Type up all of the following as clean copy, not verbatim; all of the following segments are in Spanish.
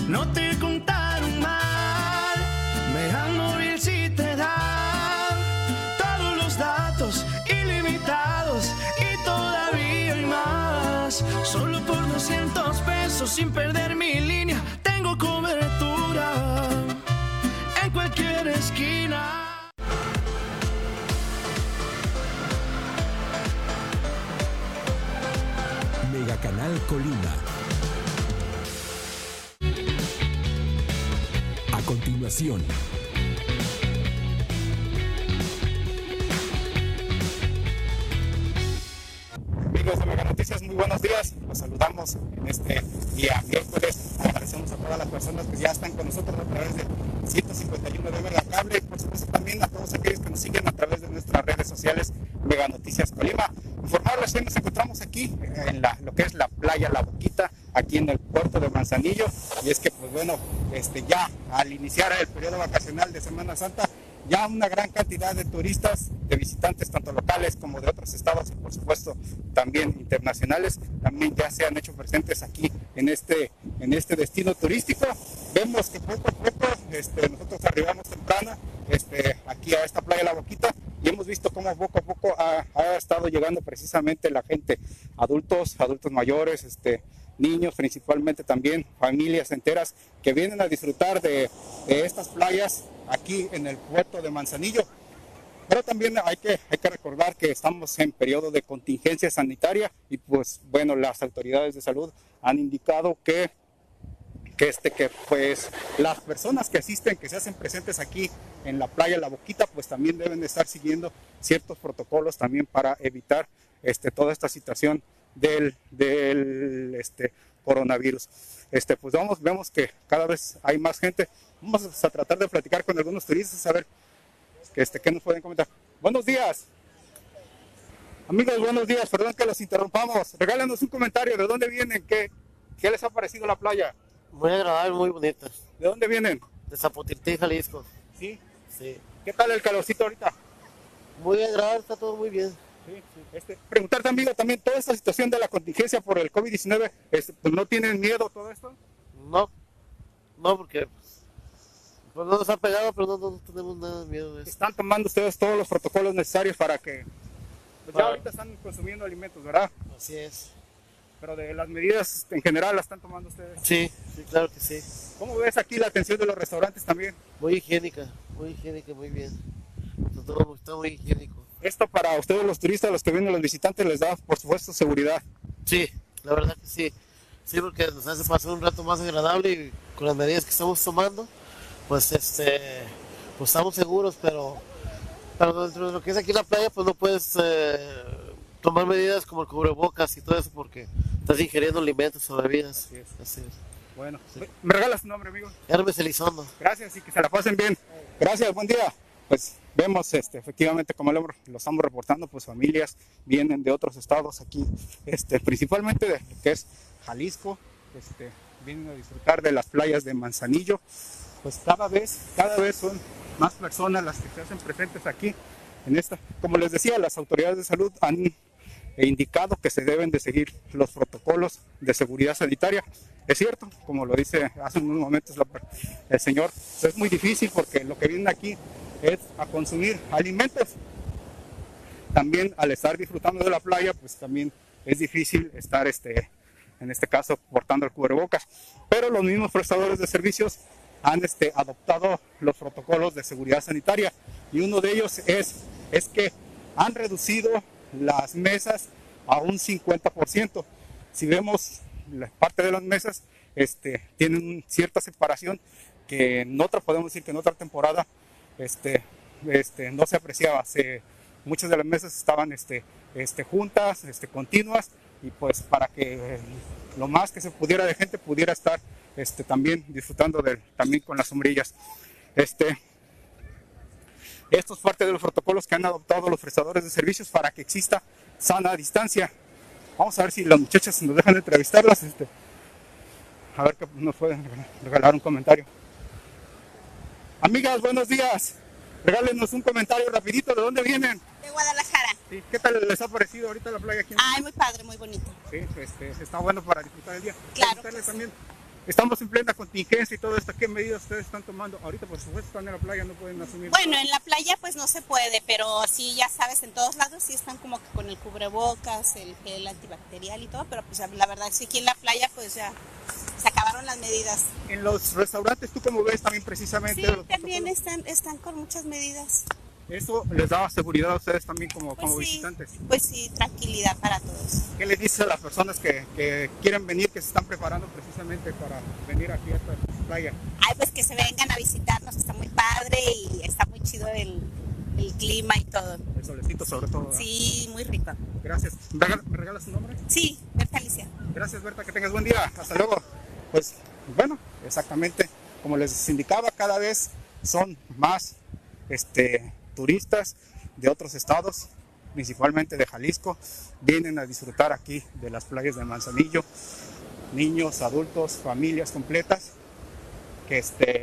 no te contaron mal. Mega Móvil sí te da todos los datos ilimitados y todavía hay más. Solo por 200 pesos sin perder mi línea tengo cobertura en cualquier esquina. Mega Canal Colima. A continuación, amigos de Mega Noticias, muy buenos días. Los saludamos en este día miércoles. Agradecemos a todas las personas que ya están con nosotros a través de 151 de Mega Cable y por supuesto también a todos aquellos que nos siguen a través de nuestras redes sociales Mega Noticias Colima. Informarles que nos encontramos aquí en lo que es la playa La Boquita, aquí en el puerto de Manzanillo, y es que pues bueno, ya al iniciar el periodo vacacional de Semana Santa, ya una gran cantidad de turistas, de visitantes tanto locales como de otros estados y por supuesto también internacionales, también ya se han hecho presentes aquí en este destino turístico. Vemos que poco a poco nosotros arribamos temprano aquí a esta playa La Boquita y hemos visto cómo poco a poco ha estado llegando precisamente la gente, adultos mayores, niños principalmente, también familias enteras que vienen a disfrutar de estas playas aquí en el puerto de Manzanillo. Pero también hay que recordar que estamos en periodo de contingencia sanitaria y pues bueno, las autoridades de salud han indicado que pues las personas que asisten, que se hacen presentes aquí en la playa La Boquita, pues también deben de estar siguiendo ciertos protocolos también para evitar toda esta situación del coronavirus. Pues vemos que cada vez hay más gente. Vamos a tratar de platicar con algunos turistas a ver qué nos pueden comentar. Buenos días. Amigos, buenos días. Perdón que los interrumpamos. Regálenos un comentario. ¿De dónde vienen? ¿Qué les ha parecido la playa? Muy agradable, muy bonitas. ¿De dónde vienen? De Zapotiltí, Jalisco. ¿Sí? Sí. ¿Qué tal el calorcito ahorita? Muy agradable, está todo muy bien. Sí. Preguntarte, amigo, también toda esta situación de la contingencia por el COVID-19, pues ¿no tienen miedo todo esto? No, porque pues no nos ha pegado, pero no tenemos nada de miedo de eso. ¿Están tomando ustedes todos los protocolos necesarios para que... Pues ya ahorita están consumiendo alimentos, ¿verdad? Así es. Pero de las medidas en general las están tomando ustedes. Sí, claro que sí. ¿Cómo ves aquí la atención de los restaurantes también? Muy higiénica, muy bien. Todo está muy higiénico. Esto para ustedes los turistas, los que vienen, los visitantes, les da por supuesto seguridad. Sí, la verdad que sí. Sí, porque nos hace pasar un rato más agradable y con las medidas que estamos tomando, pues pues estamos seguros, pero dentro de lo que es aquí la playa, pues no puedes tomar medidas como el cubrebocas y todo eso porque estás ingiriendo alimentos o bebidas. Así es. Bueno, sí. ¿Me regalas tu nombre, amigo? Hermes Elizondo. Gracias y que se la pasen bien. Gracias, buen día. Pues vemos efectivamente como lo estamos reportando, pues familias vienen de otros estados aquí, principalmente de lo que es Jalisco, vienen a disfrutar de las playas de Manzanillo. Pues cada vez son más personas las que se hacen presentes aquí en esta. Como les decía, las autoridades de salud han indicado que se deben de seguir los protocolos de seguridad sanitaria. Es cierto, como lo dice hace unos momentos el señor, es muy difícil porque lo que vienen aquí es a consumir alimentos. También al estar disfrutando de la playa, pues también es difícil estar, en este caso, portando el cubrebocas. Pero los mismos prestadores de servicios han adoptado los protocolos de seguridad sanitaria y uno de ellos es que han reducido las mesas a un 50%. Si vemos la parte de las mesas, tienen cierta separación que en otra, podemos decir que en otra temporada no se apreciaba. Muchas de las mesas estaban juntas, continuas, y pues para que lo más que se pudiera de gente pudiera estar también disfrutando también con las sombrillas. Esto es parte de los protocolos que han adoptado los prestadores de servicios para que exista sana distancia. Vamos a ver si las muchachas nos dejan entrevistarlas. A ver que nos pueden regalar un comentario. Amigas, buenos días. Regálenos un comentario rapidito. ¿De dónde vienen? De Guadalajara. Sí. ¿Qué tal les ha parecido ahorita la playa aquí? Ay, muy padre, muy bonito. Sí, está bueno para disfrutar el día. Claro. También. estamos en plena contingencia y todo esto. ¿Qué medidas ustedes están tomando? Ahorita, por supuesto, están en la playa, no pueden asumir. Bueno, en la playa pues no se puede, pero sí, ya sabes, en todos lados sí están como que con el cubrebocas, el gel antibacterial y todo, pero pues la verdad es que aquí en la playa pues ya se acabaron las medidas. En los restaurantes, ¿tú cómo ves también precisamente? Sí, también están con muchas medidas. ¿Eso les da seguridad a ustedes también como Pues sí, visitantes? pues sí, tranquilidad para todos. ¿Qué les dice a las personas que quieren venir, que se están preparando precisamente para venir aquí a esta playa? Ay, pues que se vengan a visitarnos, está muy padre y está muy chido el clima y todo. El solecito sobre todo, ¿verdad? Sí, muy rico. Gracias. ¿Me regalas tu nombre? Sí, Berta Alicia. Gracias, Berta, que tengas buen día. Hasta luego. Pues bueno, exactamente como les indicaba, cada vez son más turistas de otros estados, principalmente de Jalisco, vienen a disfrutar aquí de las playas de Manzanillo, niños, adultos, familias completas, que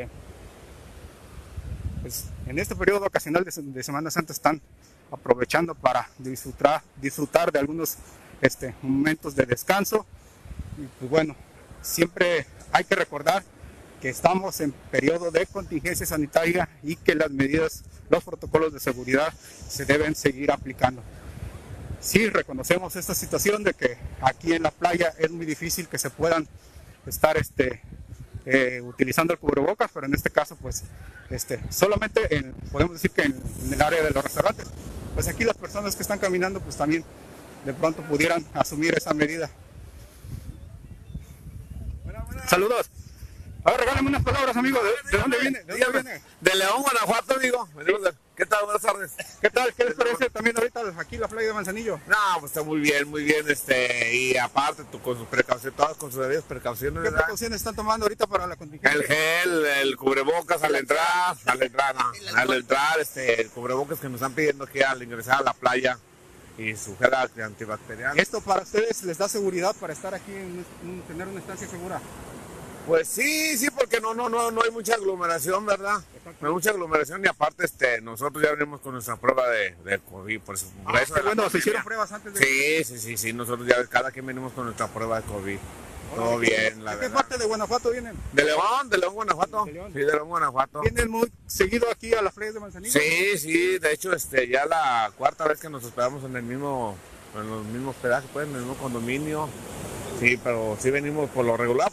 pues, en este periodo vacacional de Semana Santa están aprovechando para disfrutar de algunos momentos de descanso. Y pues bueno, siempre hay que recordar que estamos en periodo de contingencia sanitaria y que las medidas, los protocolos de seguridad se deben seguir aplicando. Sí, reconocemos esta situación de que aquí en la playa es muy difícil que se puedan estar utilizando el cubrebocas, pero en este caso pues solamente podemos decir que en el área de los restaurantes, pues aquí las personas que están caminando pues también de pronto pudieran asumir esa medida. Saludos. A ver, regálame unas palabras, amigo. ¿De dónde viene? ¿De dónde viene? De León, Guanajuato, amigo. ¿Qué tal? Buenas tardes. ¿Qué tal? ¿Qué les parece también ahorita aquí la playa de Manzanillo? No, pues está muy bien, muy bien. Y aparte, con sus precauciones, todas con sus debidas precauciones. ¿Qué precauciones están tomando ahorita para la contingencia? El gel, el cubrebocas al entrar, el cubrebocas que nos están pidiendo aquí al ingresar a la playa y su gel antibacterial. ¿Esto para ustedes les da seguridad para estar aquí, tener una estancia segura? Pues sí, porque no hay mucha aglomeración, ¿verdad? No hay mucha aglomeración y aparte nosotros ya venimos con nuestra prueba de COVID, por eso. Bueno, ¿se hicieron pruebas antes de...? Sí, nosotros ya cada quien venimos con nuestra prueba de COVID. Todo bien, la verdad. ¿De qué parte de Guanajuato vienen? De León, Guanajuato. Sí, de León, Guanajuato. ¿Vienen muy seguido aquí a las playas de Manzanillo? Sí, de hecho ya la cuarta vez que nos hospedamos en los mismos hospedaje, pues, en el mismo condominio. Sí, pero sí venimos por lo regular,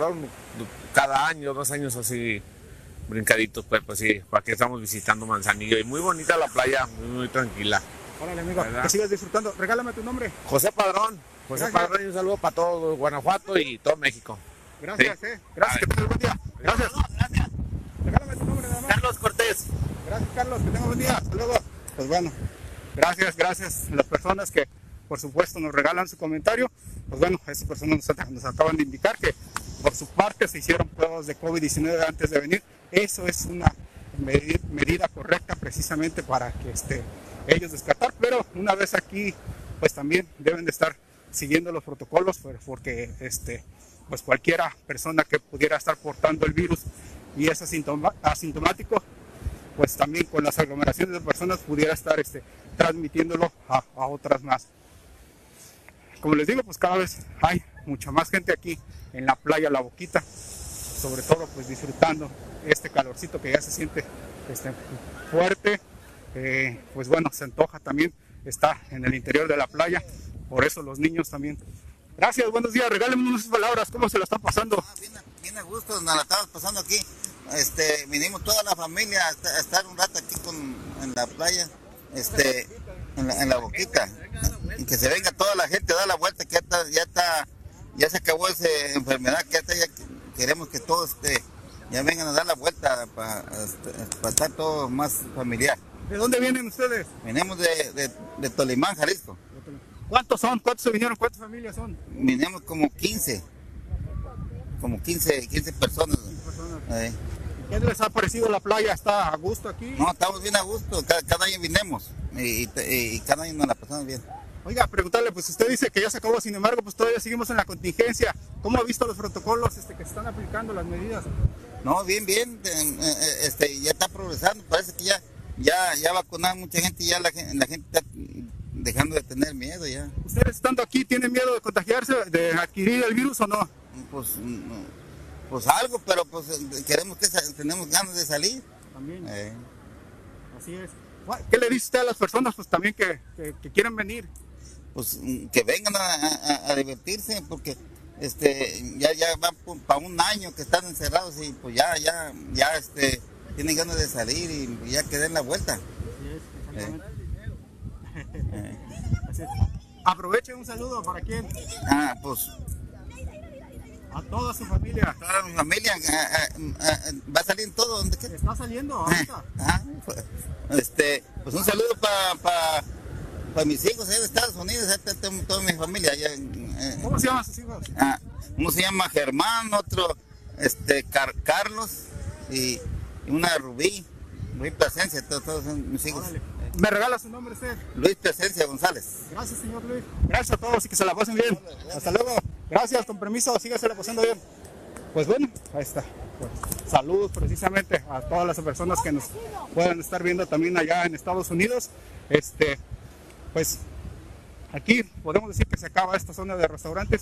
cada año, 2 años así, brincaditos, pues sí, para que estamos visitando Manzanillo. Y muy bonita la playa, muy tranquila. Órale, amigo, que sigas disfrutando. Regálame tu nombre. José Padrón. Padrón, y un saludo para todo Guanajuato y todo México. Gracias, Gracias, que tengas buen día. Gracias. Gracias. Regálame tu nombre nada más. Carlos Cortés. Gracias, Carlos, que tengas buen día. Hasta luego. Pues bueno, gracias a las personas que por supuesto nos regalan su comentario. Pues bueno, esas personas nos acaban de indicar que por su parte se hicieron pruebas de COVID-19 antes de venir. Eso es una medida correcta precisamente para que ellos descartar, pero una vez aquí pues también deben de estar siguiendo los protocolos, porque pues cualquiera persona que pudiera estar portando el virus y es asintomático, pues también con las aglomeraciones de personas pudiera estar transmitiéndolo a otras más. Como les digo, pues cada vez hay mucha más gente aquí en la playa La Boquita, sobre todo pues disfrutando este calorcito que ya se siente fuerte. Pues bueno, se antoja también estar en el interior de la playa, por eso los niños también. Gracias, buenos días, regálenme unas palabras, ¿cómo se la están pasando? Bien a gusto, nos la estamos pasando aquí. Vinimos toda la familia a estar un rato aquí en la playa, en la Boquita, y que se venga toda la gente a dar la vuelta, que ya se acabó esa enfermedad, que ya queremos que todos ya vengan a dar la vuelta para estar todo más familiar. ¿De dónde vienen ustedes? Venimos de Tolimán, Jalisco. ¿Cuántos son? ¿Cuántos se vinieron? ¿Cuántas familias son? Vinimos como 15 personas. ¿Qué les ha parecido la playa? ¿Está a gusto aquí? No, estamos bien a gusto, cada año vinimos y cada año nos la pasamos bien. Oiga, preguntarle, pues usted dice que ya se acabó, sin embargo, pues todavía seguimos en la contingencia. ¿Cómo ha visto los protocolos que se están aplicando, las medidas? No, bien, ya está progresando, parece que ya vacunaron mucha gente y ya la gente está dejando de tener miedo ya. ¿Ustedes estando aquí tienen miedo de contagiarse, de adquirir el virus o no? Pues pues algo, pero pues tenemos ganas de salir. También. Así es. ¿Qué le dice usted a las personas pues también que quieren venir? Pues que vengan a divertirse, porque ya van para un año que están encerrados y pues ya tienen ganas de salir y ya que den la vuelta. Así es, exactamente. Así es. Aproveche un saludo para quién. Pues a toda su familia. Toda mi familia va a salir todo donde quiera. ¿Está saliendo ahorita? Pues un saludo para mis hijos allá de Estados Unidos, toda mi familia allá. ¿Cómo se llaman sus hijos? Uno se llama Germán, otro Carlos y una Rubí Plasencia, todos son mis hijos. Órale. ¿Me regala su nombre usted? Luis Plasencia González. Gracias, señor Luis. Gracias a todos y que se la pasen bien. Hasta luego. Gracias, con permiso, síguese la pasando bien. Pues bueno, ahí está. Pues, saludos precisamente a todas las personas que nos puedan estar viendo también allá en Estados Unidos. Pues aquí podemos decir que se acaba esta zona de restaurantes.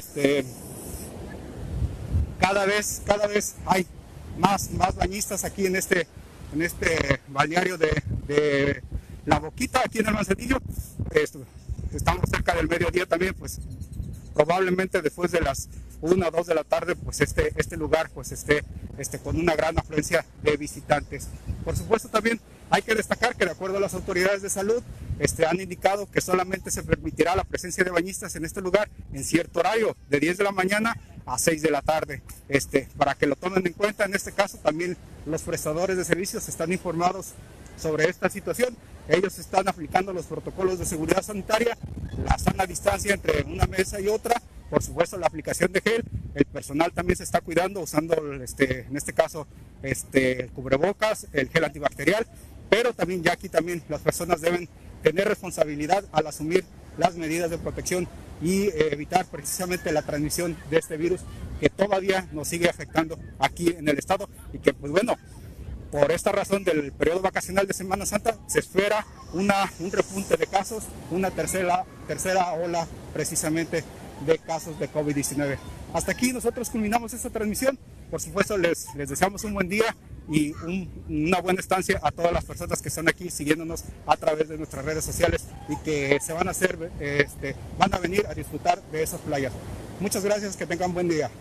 Cada vez hay más bañistas aquí en este balneario de La Boquita, aquí en el Manzanillo. Estamos cerca del mediodía también, pues probablemente después de las 1 o 2 de la tarde, pues este lugar pues esté con una gran afluencia de visitantes. Por supuesto también hay que destacar que de acuerdo a las autoridades de salud han indicado que solamente se permitirá la presencia de bañistas en este lugar en cierto horario, de 10 de la mañana a 6 de la tarde. Para que lo tomen en cuenta, en este caso también los prestadores de servicios están informados sobre esta situación. Ellos están aplicando los protocolos de seguridad sanitaria, la sana distancia entre una mesa y otra, por supuesto la aplicación de gel. El personal también se está cuidando usando en este caso el cubrebocas, el gel antibacterial, pero también ya aquí también las personas deben tener responsabilidad al asumir las medidas de protección y evitar precisamente la transmisión de este virus que todavía nos sigue afectando aquí en el estado y que pues bueno, por esta razón del periodo vacacional de Semana Santa se espera un repunte de casos, una tercera ola precisamente de casos de COVID-19. Hasta aquí nosotros culminamos esta transmisión. Por supuesto les deseamos un buen día y una buena estancia a todas las personas que están aquí siguiéndonos a través de nuestras redes sociales y que se van a venir a disfrutar de esas playas. Muchas gracias, que tengan buen día.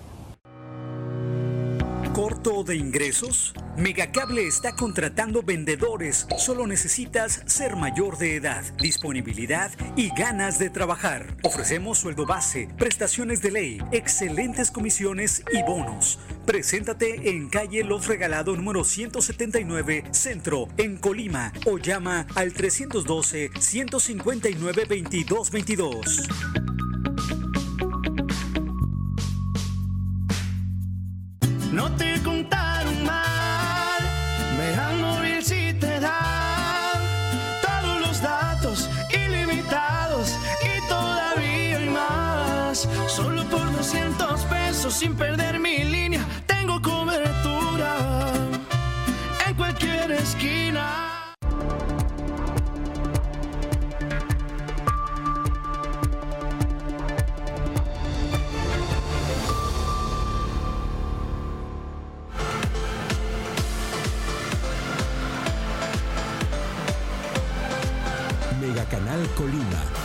¿Corto de ingresos? Megacable está contratando vendedores. Solo necesitas ser mayor de edad, disponibilidad y ganas de trabajar. Ofrecemos sueldo base, prestaciones de ley, excelentes comisiones y bonos. Preséntate en calle Los Regalado número 179, Centro, en Colima, o llama al 312-159-2222. No te contaron mal, Mega Móvil sí te da todos los datos ilimitados y todavía hay más. Solo por 200 pesos sin perder mi línea tengo cobertura en cualquier esquina. Megacanal Colima.